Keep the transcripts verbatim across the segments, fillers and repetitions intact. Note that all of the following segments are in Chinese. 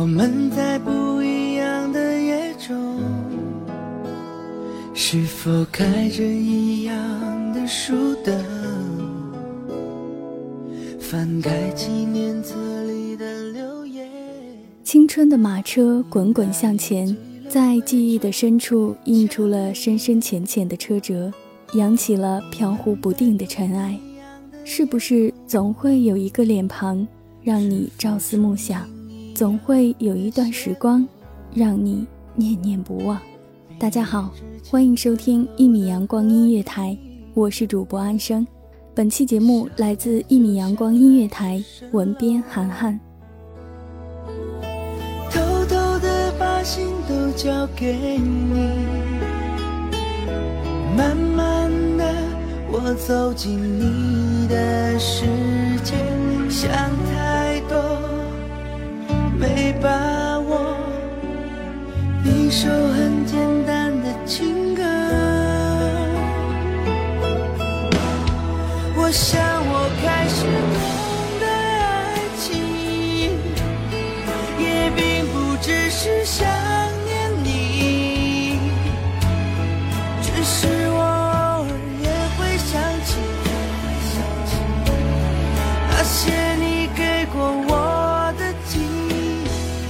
我们在不一样的夜中，是否开着一样的书灯，翻开纪念册里的留言。 青春的马车滚滚向前，在记忆的深处印出了深深浅浅的车辙，扬起了飘忽不定的尘埃。是不是总会有一个脸庞让你朝思暮想，总会有一段时光让你念念不忘。大家好，欢迎收听一米阳光音乐台，我是主播安生。本期节目来自一米阳光音乐台，文编涵涵。 偷偷地把心都交给你，慢慢的我走进你的世界，想太多没把握，一首很简单的情歌。我想我开始懂得爱情，也并不只是想念你，只是我偶尔也会想起那些你给过我的记忆。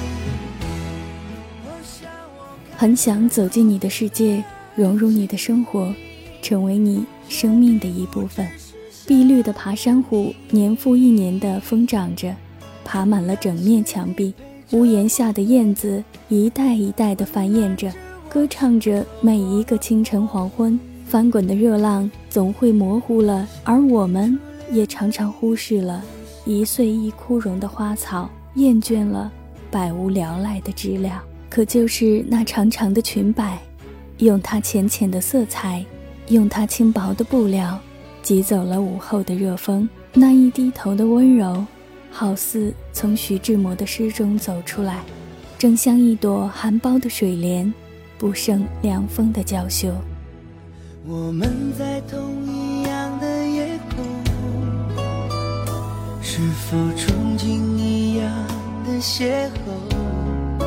很想走进你的世界，融入你的生活，成为你生命的一部分。碧绿的爬山虎年复一年地疯长着，爬满了整面墙壁。屋檐下的燕子一代一代地繁衍着，歌唱着每一个清晨黄昏。翻滚的热浪总会模糊了，而我们也常常忽视了一岁一枯荣的花草，厌倦了百无聊赖的知了。可就是那长长的裙摆，用它浅浅的色彩，用它轻薄的布料，挤走了午后的热风。那一低头的温柔，好似从徐志摩的诗中走出来，正像一朵含苞的水莲，不胜凉风的娇羞。 我们在同一样的夜空，是否憧憬一样的邂逅，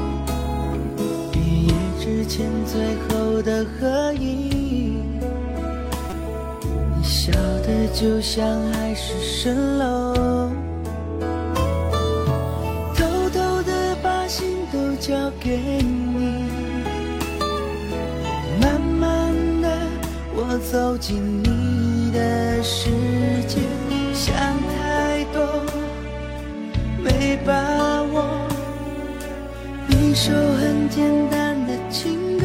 毕业之前最后的合影，你笑得就像海市蜃楼，偷偷地把心都交给你，慢慢的我走进你的世界，想太多没把握，一首很简单的情歌。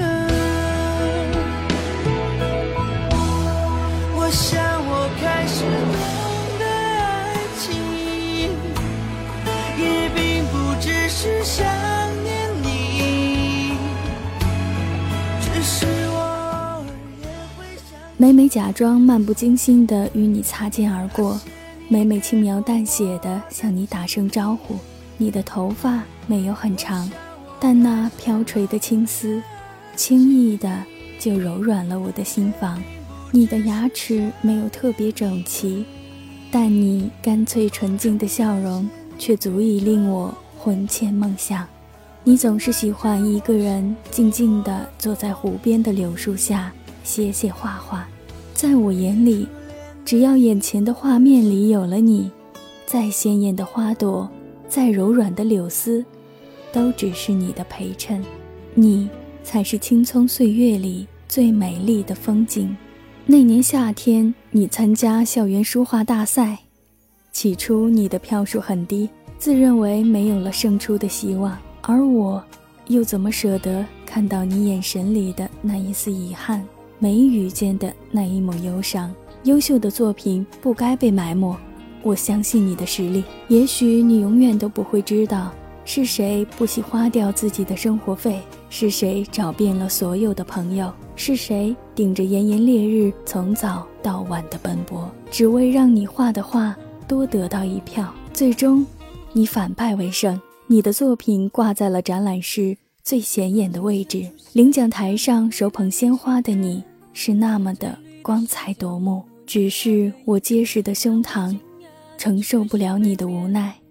我想我开始懂得爱情，也并不只是想念你，只是我偶尔也会想。 每每假装漫不经心地与你擦肩而过，每每轻描淡写地向你打声招呼。你的头发没有很长，但那飘垂的青丝轻易地就柔软了我的心房。你的牙齿没有特别整齐，但你干脆纯净的笑容却足以令我魂牵梦想。你总是喜欢一个人静静地坐在湖边的柳树下写写画画。在我眼里，只要眼前的画面里有了你，再鲜艳的花朵，再柔软的柳丝，都只是你的陪衬。你才是青葱岁月里最美丽的风景。那年夏天，你参加校园书画大赛，起初你的票数很低，自认为没有了胜出的希望，而我又怎么舍得看到你眼神里的那一丝遗憾，没遇见的那一抹忧伤。优秀的作品不该被埋没，我相信你的实力。也许你永远都不会知道，是谁不惜花掉自己的生活费，是谁找遍了所有的朋友，是谁顶着炎炎烈日从早到晚的奔波，只为让你画的画多得到一票。最终你反败为胜，你的作品挂在了展览室最显眼的位置，领奖台上手捧鲜花的你是那么的光彩夺目。只是我结实的胸膛承受不了你的无奈，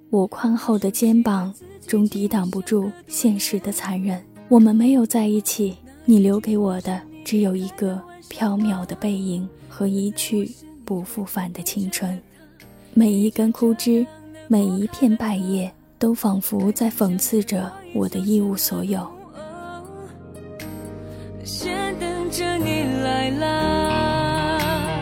我宽厚的肩膀终抵挡不住现实的残忍。我们没有在一起，你留给我的只有一个缥缈的背影和一去不复返的青春。每一根枯枝，每一片败叶，都仿佛在讽刺着我的一无所有。 先等着你来啦，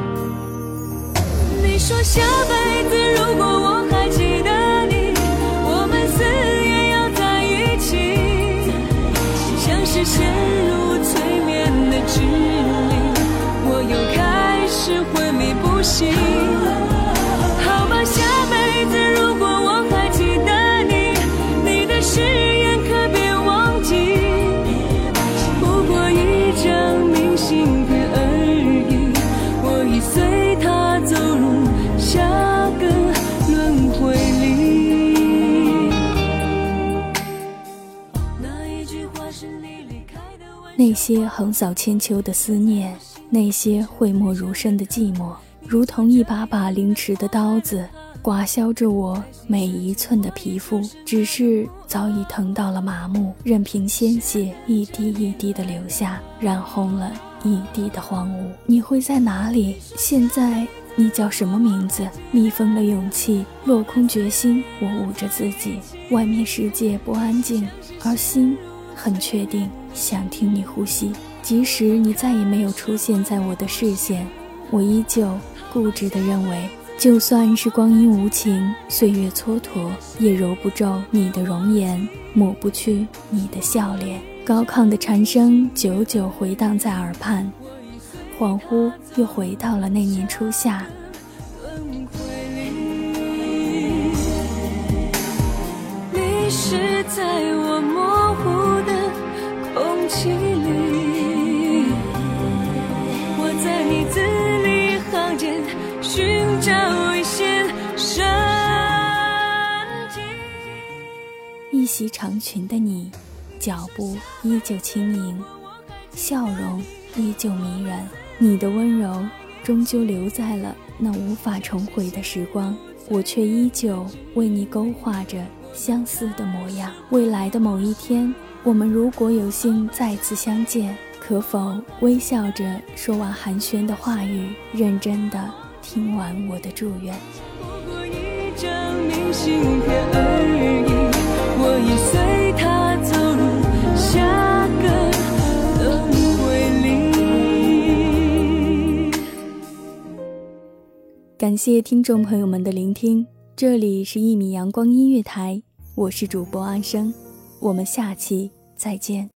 你说下辈子如果我还记得你，我们死也要在一起，像是陷入催眠的指令，我又开始昏迷不醒。好吧，下辈子如果我还记得你，你的誓言可别忘记，不过一张明信片而已，我已随它走入下个轮回里。那一句话是你离开的吻， 那些横扫千秋的思念，那些讳莫如深的寂寞，如同一把把凌迟的刀子，刮削着我每一寸的皮肤，只是早已疼到了麻木，任凭鲜血一滴一滴的流下，染红了一地的荒芜。你会在哪里？现在你叫什么名字？密封了勇气，落空决心，我捂着自己。外面世界不安静，而心很确定，想听你呼吸。即使你再也没有出现在我的视线，我依旧固执地认为，就算是光阴无情，岁月蹉跎，也揉不皱你的容颜，抹不去你的笑脸。高亢的蝉声久久回荡在耳畔，恍惚又回到了那年初夏。 轮回里，你是在我模糊的空气里，我在你字里行间寻找一线生机。 一袭长裙的你，脚步依旧轻盈，笑容依旧迷人。你的温柔终究留在了那无法重回的时光，我却依旧为你勾画着相似的模样。未来的某一天，我们如果有幸再次相见，可否微笑着说完寒暄的话语，认真地听完我的祝愿。 不过一张明信片而已，我已随它走入下个轮回里。 感谢听众朋友们的聆听，这里是一米阳光音乐台，我是主播安生，我们下期再见。